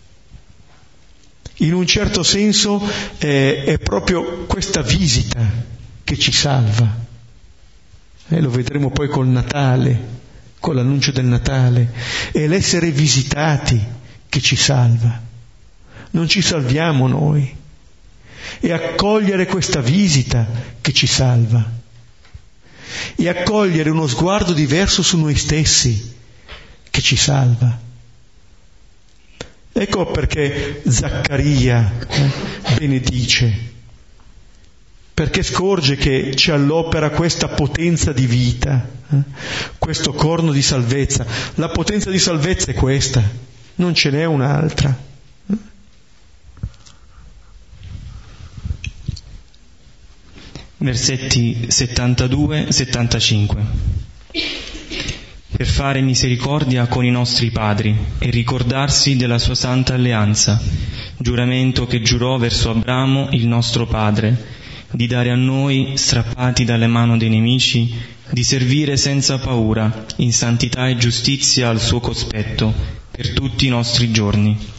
In un certo senso eh, è proprio questa visita che ci salva. Eh, lo vedremo poi col Natale, con l'annuncio del Natale. È l'essere visitati che ci salva. Non ci salviamo noi. E accogliere questa visita che ci salva, e accogliere uno sguardo diverso su noi stessi che ci salva. Ecco perché Zaccaria eh, benedice, perché scorge che c'è all'opera questa potenza di vita, eh, questo corno di salvezza. La potenza di salvezza è questa, non ce n'è un'altra. Versetti settantadue settantacinque. Per fare misericordia con i nostri padri e ricordarsi della sua santa alleanza, giuramento che giurò verso Abramo il nostro padre, di dare a noi, strappati dalle mani dei nemici, di servire senza paura, in santità e giustizia al suo cospetto, per tutti i nostri giorni.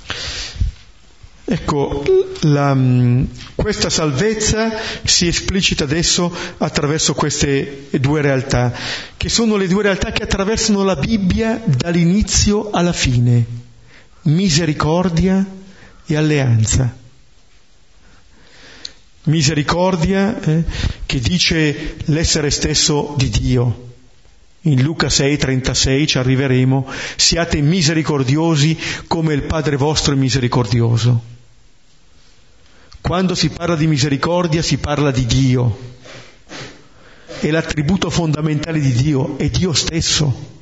Ecco, la, questa salvezza si esplicita adesso attraverso queste due realtà, che sono le due realtà che attraversano la Bibbia dall'inizio alla fine: misericordia e alleanza. Misericordia eh, che dice l'essere stesso di Dio. In Luca sei trentasei ci arriveremo: siate misericordiosi come il Padre vostro è misericordioso. Quando si parla di misericordia si parla di Dio, e l'attributo fondamentale di Dio è Dio stesso.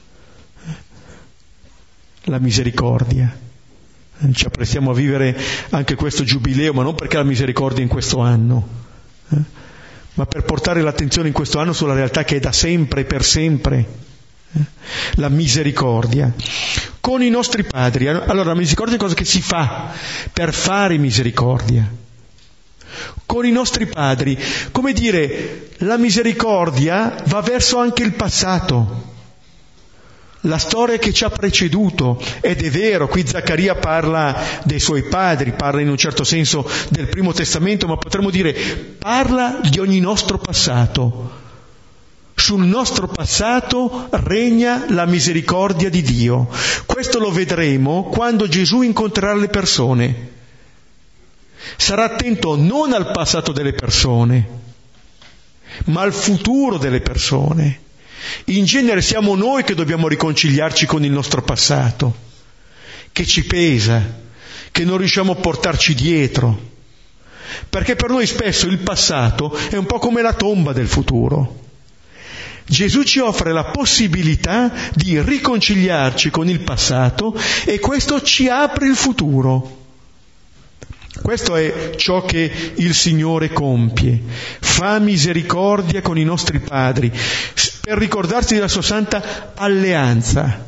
La misericordia. Ci apprestiamo a vivere anche questo giubileo, ma non perché la misericordia in questo anno, eh? ma per portare l'attenzione in questo anno sulla realtà che è da sempre e per sempre, eh? la misericordia. Con i nostri padri, allora la misericordia è cosa che si fa per fare misericordia. Con i nostri padri, come dire, la misericordia va verso anche il passato, la storia che ci ha preceduto. Ed è vero, qui Zaccaria parla dei suoi padri, parla in un certo senso del Primo Testamento, ma potremmo dire parla di ogni nostro passato. Sul nostro passato regna la misericordia di Dio. Questo lo vedremo quando Gesù incontrerà le persone. Sarà attento non al passato delle persone, ma al futuro delle persone. In genere siamo noi che dobbiamo riconciliarci con il nostro passato, che ci pesa, che non riusciamo a portarci dietro. perché per noi spesso il passato è un po' come la tomba del futuro. Gesù ci offre la possibilità di riconciliarci con il passato e questo ci apre il futuro. Questo è ciò che il Signore compie. Fa misericordia con i nostri padri per ricordarsi della sua santa alleanza.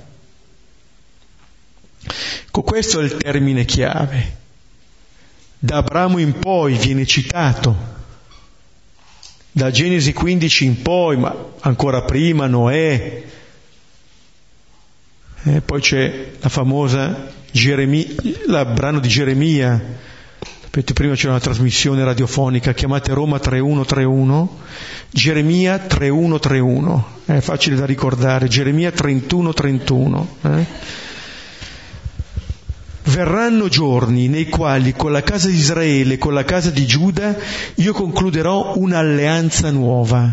Ecco, questo è il termine chiave. Da Abramo in poi viene citato. Da Genesi quindici in poi, ma ancora prima Noè, eh, poi c'è la famosa Geremia, il brano di Geremia, sapete, prima c'era una trasmissione radiofonica, chiamate Roma trentuno trentuno, Geremia trentuno trentuno, è facile da ricordare, Geremia trentuno trentuno. Eh? Verranno giorni nei quali con la casa di Israele e con la casa di Giuda io concluderò un'alleanza nuova.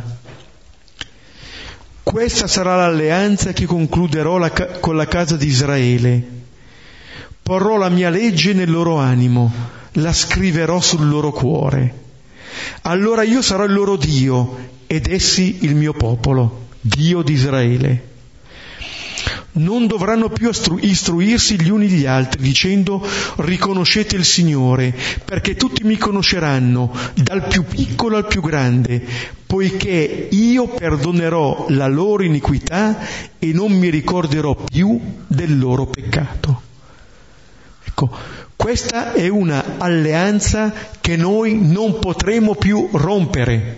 Questa sarà l'alleanza che concluderò la ca- con la casa di Israele. Porrò la mia legge nel loro animo, la scriverò sul loro cuore. Allora io sarò il loro Dio ed essi il mio popolo, Dio di Israele. Non dovranno più istruirsi gli uni gli altri dicendo riconoscete il Signore, perché tutti mi conosceranno, dal più piccolo al più grande, poiché io perdonerò la loro iniquità e non mi ricorderò più del loro peccato. Ecco, questa è una alleanza che noi non potremo più rompere.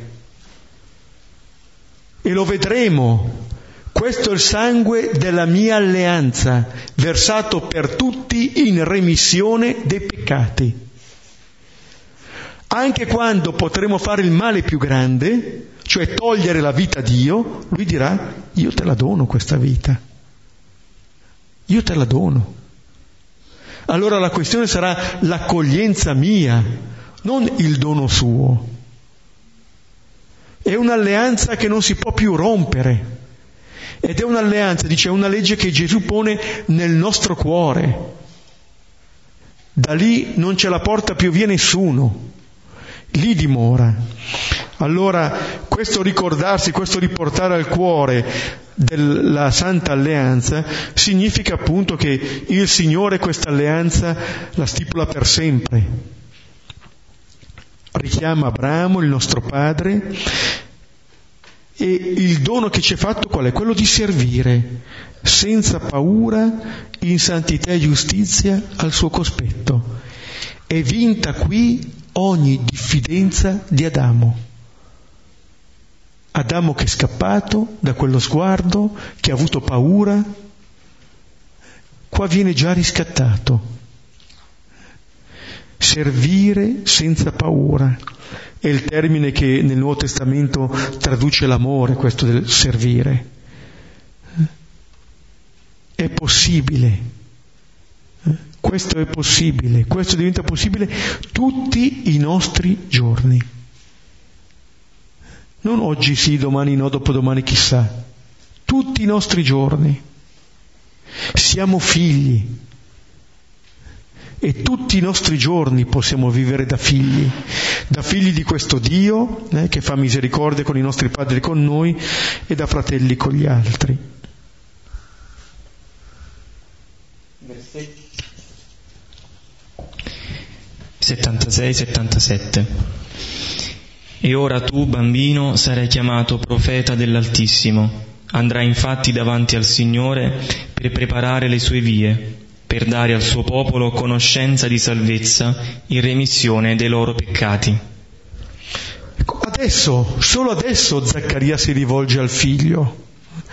E lo vedremo. Questo è il sangue della mia alleanza, versato per tutti in remissione dei peccati. Anche quando potremo fare il male più grande, cioè togliere la vita a Dio, lui dirà, io te la dono questa vita. Io te la dono. Allora la questione sarà l'accoglienza mia, non il dono suo. È un'alleanza che non si può più rompere. Ed è un'alleanza, dice, è una legge che Gesù pone nel nostro cuore. Da lì non ce la porta più via nessuno, lì dimora. Allora questo ricordarsi, questo riportare al cuore della Santa Alleanza significa appunto che il Signore questa alleanza la stipula per sempre. Richiama Abramo, il nostro padre, e il dono che ci è fatto qual è? Quello di servire senza paura, in santità e giustizia al suo cospetto. È vinta qui ogni diffidenza di Adamo. Adamo che è scappato da quello sguardo, che ha avuto paura, qua viene già riscattato. Servire senza paura. È il termine che nel Nuovo Testamento traduce l'amore, questo del servire. È possibile. Questo è possibile. Questo diventa possibile tutti i nostri giorni. Non oggi sì, domani no, dopodomani chissà. Tutti i nostri giorni. Siamo figli. E tutti i nostri giorni possiamo vivere da figli, da figli di questo Dio eh, che fa misericordia con i nostri padri e con noi e da fratelli con gli altri. settantasei settantasette. E ora tu, bambino, sarai chiamato profeta dell'Altissimo. Andrai infatti davanti al Signore per preparare le sue vie, per dare al suo popolo conoscenza di salvezza in remissione dei loro peccati. Ecco, adesso, solo adesso Zaccaria si rivolge al figlio.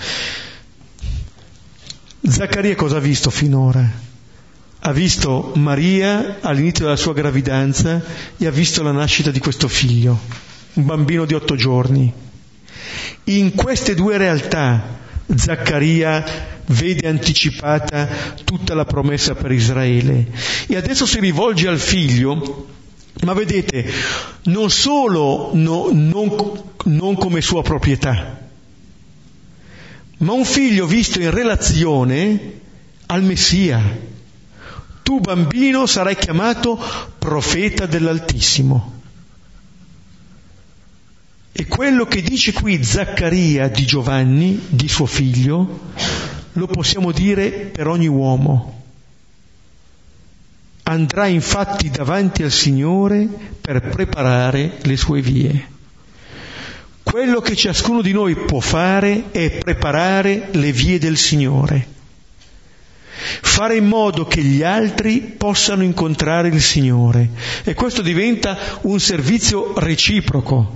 Zaccaria cosa ha visto finora? Ha visto Maria all'inizio della sua gravidanza e ha visto la nascita di questo figlio, un bambino di otto giorni. In queste due realtà Zaccaria vede anticipata tutta la promessa per Israele e adesso si rivolge al figlio, ma vedete, non solo no, non, non come sua proprietà, ma un figlio visto in relazione al Messia. Tu bambino sarai chiamato profeta dell'Altissimo. E quello che dice qui Zaccaria di Giovanni, di suo figlio, lo possiamo dire per ogni uomo. Andrà infatti davanti al Signore per preparare le sue vie. Quello che ciascuno di noi può fare è preparare le vie del Signore. Fare in modo che gli altri possano incontrare il Signore. E questo diventa un servizio reciproco.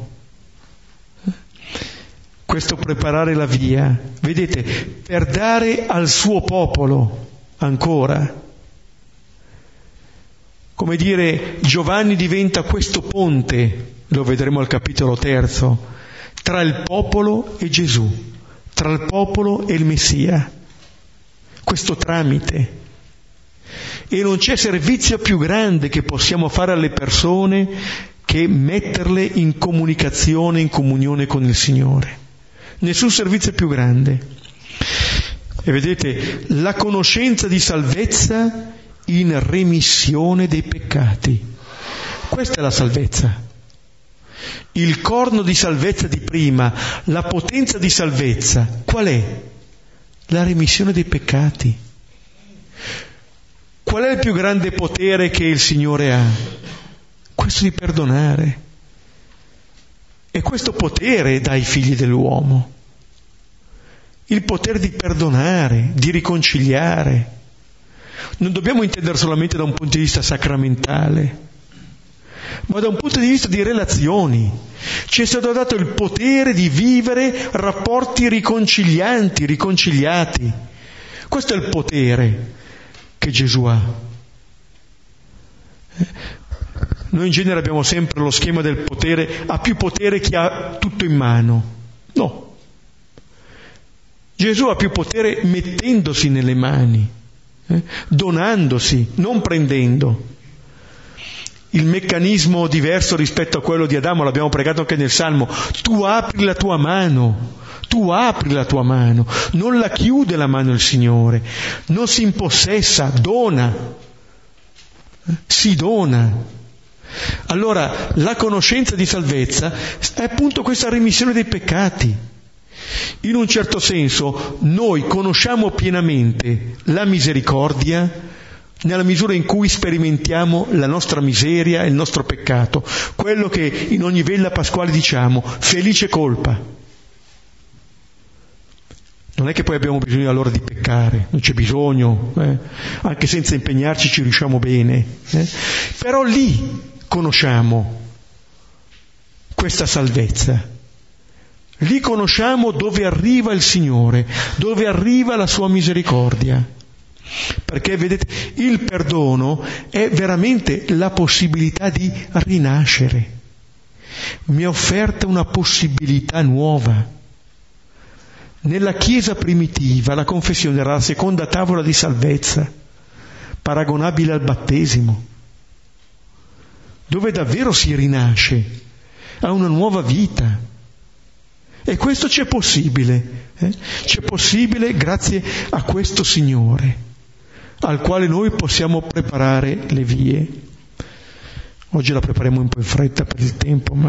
Questo preparare la via, vedete, per dare al suo popolo ancora. Come dire, Giovanni diventa questo ponte, lo vedremo al capitolo terzo, tra il popolo e Gesù, tra il popolo e il Messia. Questo tramite. E non c'è servizio più grande che possiamo fare alle persone che metterle in comunicazione, in comunione con il Signore. Nessun servizio più grande. E vedete, la conoscenza di salvezza in remissione dei peccati. Questa è la salvezza. Il corno di salvezza di prima, la potenza di salvezza, qual è? La remissione dei peccati. Qual è il più grande potere che il Signore ha? Questo di perdonare. E questo potere dà ai figli dell'uomo. Il potere di perdonare, di riconciliare. Non dobbiamo intendere solamente da un punto di vista sacramentale, ma da un punto di vista di relazioni. Ci è stato dato il potere di vivere rapporti riconcilianti, riconciliati. Questo è il potere che Gesù ha. Noi in genere abbiamo sempre lo schema del potere, ha più potere chi ha tutto in mano. No. Gesù ha più potere mettendosi nelle mani, eh? donandosi, non prendendo. Il meccanismo diverso rispetto a quello di Adamo, l'abbiamo pregato anche nel Salmo, tu apri la tua mano, tu apri la tua mano, non la chiude la mano il Signore, non si impossessa, dona, si dona. Allora la conoscenza di salvezza è appunto questa remissione dei peccati. In un certo senso noi conosciamo pienamente la misericordia nella misura in cui sperimentiamo la nostra miseria e il nostro peccato, quello che in ogni vella pasquale diciamo, felice colpa. Non è che poi abbiamo bisogno allora di peccare, non c'è bisogno, eh? Anche senza impegnarci ci riusciamo bene, eh? Però lì conosciamo questa salvezza, lì conosciamo dove arriva il Signore, dove arriva la sua misericordia. Perché vedete, il perdono è veramente la possibilità di rinascere. Mi è offerta una possibilità nuova. Nella Chiesa primitiva la confessione era la seconda tavola di salvezza, paragonabile al battesimo, dove davvero si rinasce a una nuova vita. E questo c'è possibile, eh? C'è possibile grazie a questo Signore, al quale noi possiamo preparare le vie. Oggi la prepariamo un po' in fretta per il tempo, ma...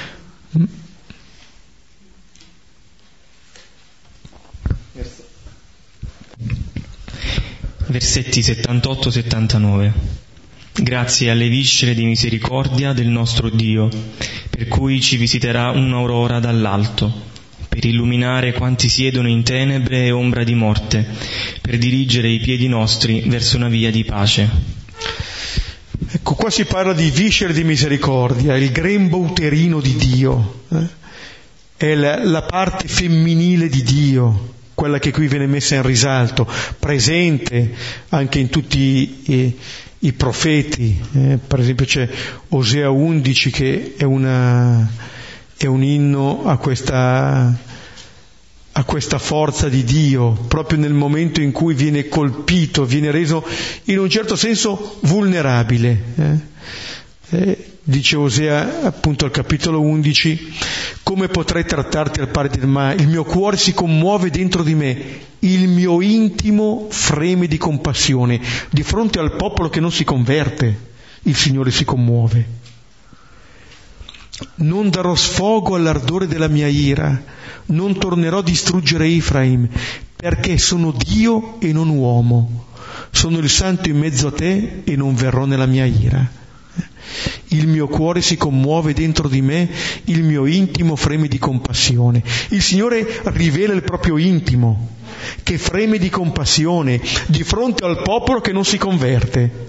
Versetti settantotto settantanove. Grazie alle viscere di misericordia del nostro Dio, per cui ci visiterà un'aurora dall'alto, per illuminare quanti siedono in tenebre e ombra di morte, per dirigere i piedi nostri verso una via di pace. Ecco, qua si parla di viscere di misericordia, il grembo uterino di Dio, eh? È la, la parte femminile di Dio, quella che qui viene messa in risalto, presente anche in tutti i, i profeti. Eh? Per esempio c'è Osea undici che è una... è un inno a questa, a questa forza di Dio, proprio nel momento in cui viene colpito, viene reso in un certo senso vulnerabile. Eh? Eh, dice Osea appunto al capitolo undici, come potrei trattarti al pari del mare? Il mio cuore si commuove dentro di me, il mio intimo freme di compassione. Di fronte al popolo che non si converte, il Signore si commuove. Non darò sfogo all'ardore della mia ira, non tornerò a distruggere Efraim, perché sono Dio e non uomo, sono il Santo in mezzo a te e non verrò nella mia ira. Il mio cuore si commuove dentro di me, il mio intimo freme di compassione. Il Signore rivela il proprio intimo, che freme di compassione di fronte al popolo che non si converte.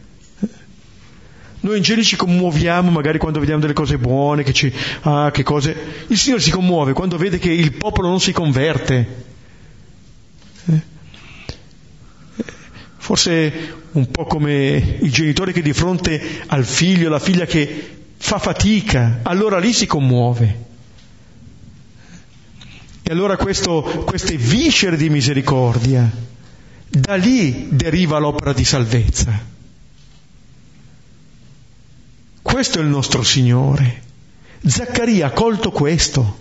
Noi in genere ci commuoviamo magari quando vediamo delle cose buone, che ci, ah, che cose. Il Signore si commuove quando vede che il popolo non si converte. Eh? Forse un po' come il genitore che di fronte al figlio, la figlia che fa fatica, allora lì si commuove. E allora questo, queste viscere di misericordia, da lì deriva l'opera di salvezza. Questo è il nostro Signore. Zaccaria ha colto questo.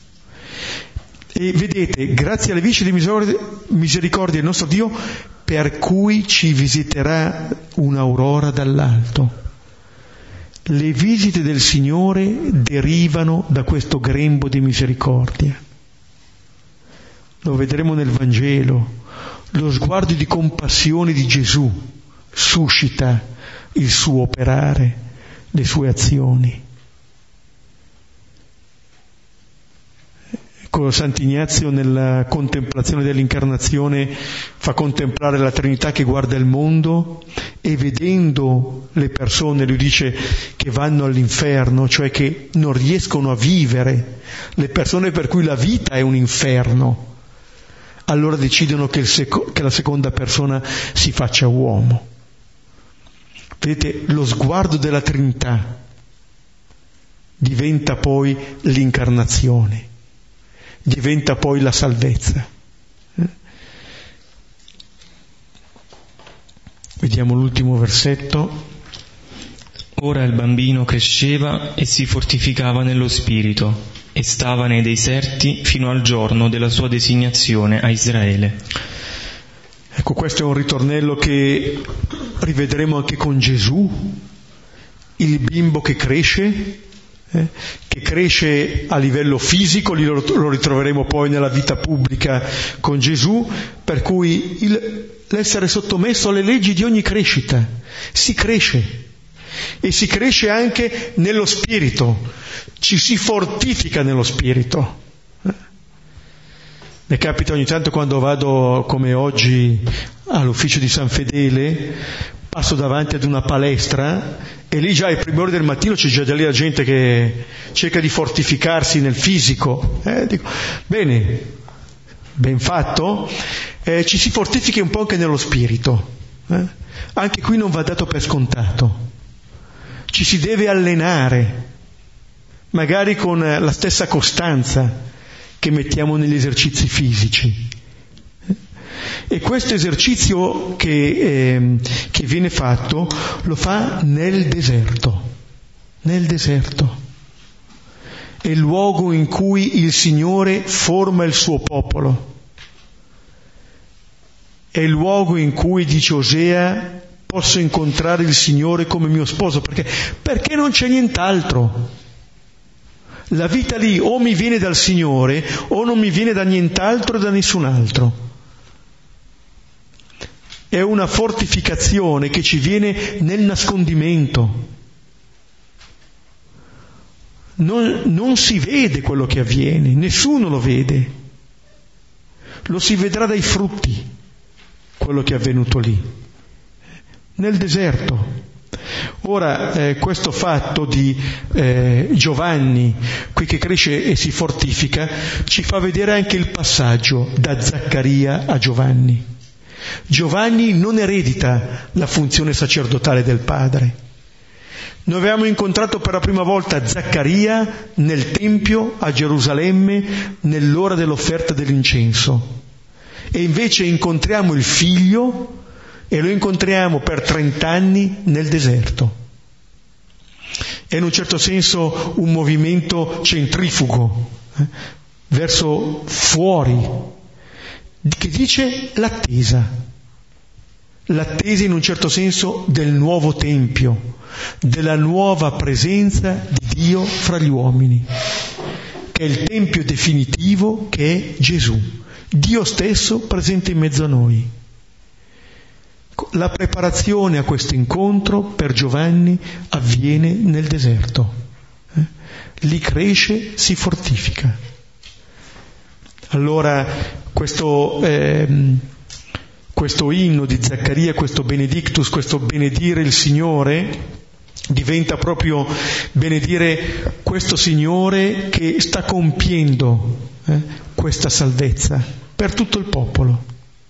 E vedete, grazie alle viscere di misericordia del nostro Dio, per cui ci visiterà un'aurora dall'alto. Le visite del Signore derivano da questo grembo di misericordia. Lo vedremo nel Vangelo. Lo sguardo di compassione di Gesù suscita il suo operare, le sue azioni. Ecco, Sant'Ignazio nella contemplazione dell'incarnazione fa contemplare la Trinità che guarda il mondo e vedendo le persone, lui dice che vanno all'inferno, cioè che non riescono a vivere, le persone per cui la vita è un inferno, allora decidono che, il seco- che la seconda persona si faccia uomo. Vedete, lo sguardo della Trinità diventa poi l'incarnazione, diventa poi la salvezza. Vediamo l'ultimo versetto. Ora il bambino cresceva e si fortificava nello spirito e stava nei deserti fino al giorno della sua designazione a Israele. Ecco, questo è un ritornello che rivedremo anche con Gesù, il bimbo che cresce, eh, che cresce a livello fisico, lì lo, lo ritroveremo poi nella vita pubblica con Gesù, per cui il, l'essere sottomesso alle leggi di ogni crescita, si cresce e si cresce anche nello spirito, ci si fortifica nello spirito. Mi capita ogni tanto quando vado, come oggi, all'ufficio di San Fedele, passo davanti ad una palestra e lì già ai primi ore del mattino c'è già lì la gente che cerca di fortificarsi nel fisico. Eh, dico, bene, ben fatto, eh, ci si fortifica un po' anche nello spirito. Eh? Anche qui non va dato per scontato. Ci si deve allenare, magari con la stessa costanza che mettiamo negli esercizi fisici. E questo esercizio che, eh, che viene fatto lo fa nel deserto, nel deserto. È il luogo in cui il Signore forma il suo popolo. È il luogo in cui, dice Osea, posso incontrare il Signore come mio sposo, perché, perché non c'è nient'altro. La vita lì o mi viene dal Signore o non mi viene da nient'altro e da nessun altro. È una fortificazione che ci viene nel nascondimento. Non, non si vede quello che avviene, nessuno lo vede. Lo si vedrà dai frutti, quello che è avvenuto lì, nel deserto. Ora, eh, questo fatto di eh, Giovanni, qui che cresce e si fortifica, ci fa vedere anche il passaggio da Zaccaria a Giovanni. Giovanni non eredita la funzione sacerdotale del padre. Noi avevamo incontrato per la prima volta Zaccaria nel Tempio a Gerusalemme nell'ora dell'offerta dell'incenso. E invece incontriamo il figlio e lo incontriamo per trent'anni nel deserto. È in un certo senso un movimento centrifugo, eh, verso fuori, che dice l'attesa. L'attesa in un certo senso del nuovo Tempio, della nuova presenza di Dio fra gli uomini, che è il tempio definitivo che è Gesù, Dio stesso presente in mezzo a noi. La preparazione a questo incontro per Giovanni avviene nel deserto. Eh? Lì cresce, si fortifica. Allora questo, eh, questo inno di Zaccaria, questo benedictus, questo benedire il Signore, diventa proprio benedire questo Signore che sta compiendo eh, questa salvezza per tutto il popolo.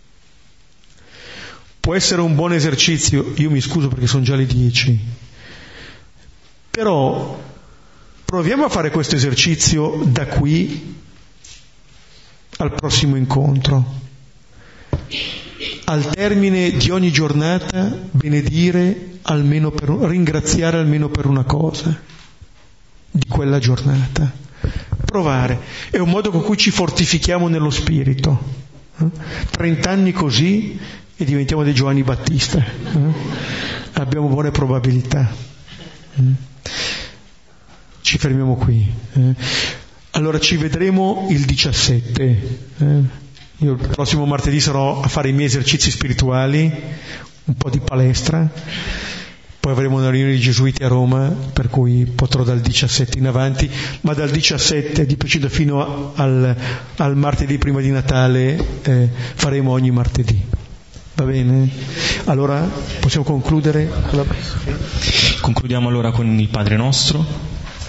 Può essere un buon esercizio, io mi scuso perché sono già le dieci, però proviamo a fare questo esercizio da qui al prossimo incontro. Al termine di ogni giornata benedire almeno per, ringraziare almeno per una cosa di quella giornata. Provare, è un modo con cui ci fortifichiamo nello spirito. Trent'anni così e diventiamo dei Giovanni Battista. Eh? Abbiamo buone probabilità. Eh? Ci fermiamo qui. Eh? Allora ci vedremo il diciassette. Eh? Io il prossimo martedì sarò a fare i miei esercizi spirituali, un po' di palestra, poi avremo una riunione di Gesuiti a Roma, per cui potrò dal diciassette in avanti, ma dal diciassette di preciso fino al, al martedì prima di Natale eh, faremo ogni martedì. Va bene? Allora possiamo concludere? Concludiamo allora con il Padre nostro.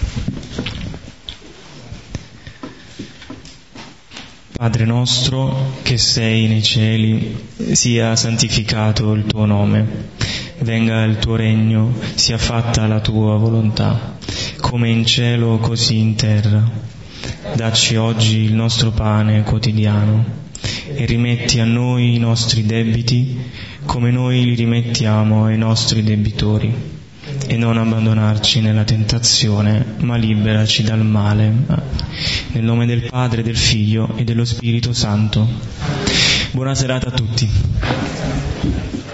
Padre nostro che sei nei cieli, sia santificato il tuo nome, venga il tuo regno, sia fatta la tua volontà, come in cielo così in terra. Dacci oggi il nostro pane quotidiano e rimetti a noi i nostri debiti come noi li rimettiamo ai nostri debitori, e non abbandonarci nella tentazione, ma liberaci dal male. Nel nome del Padre, del Figlio e dello Spirito Santo. Buona serata a tutti.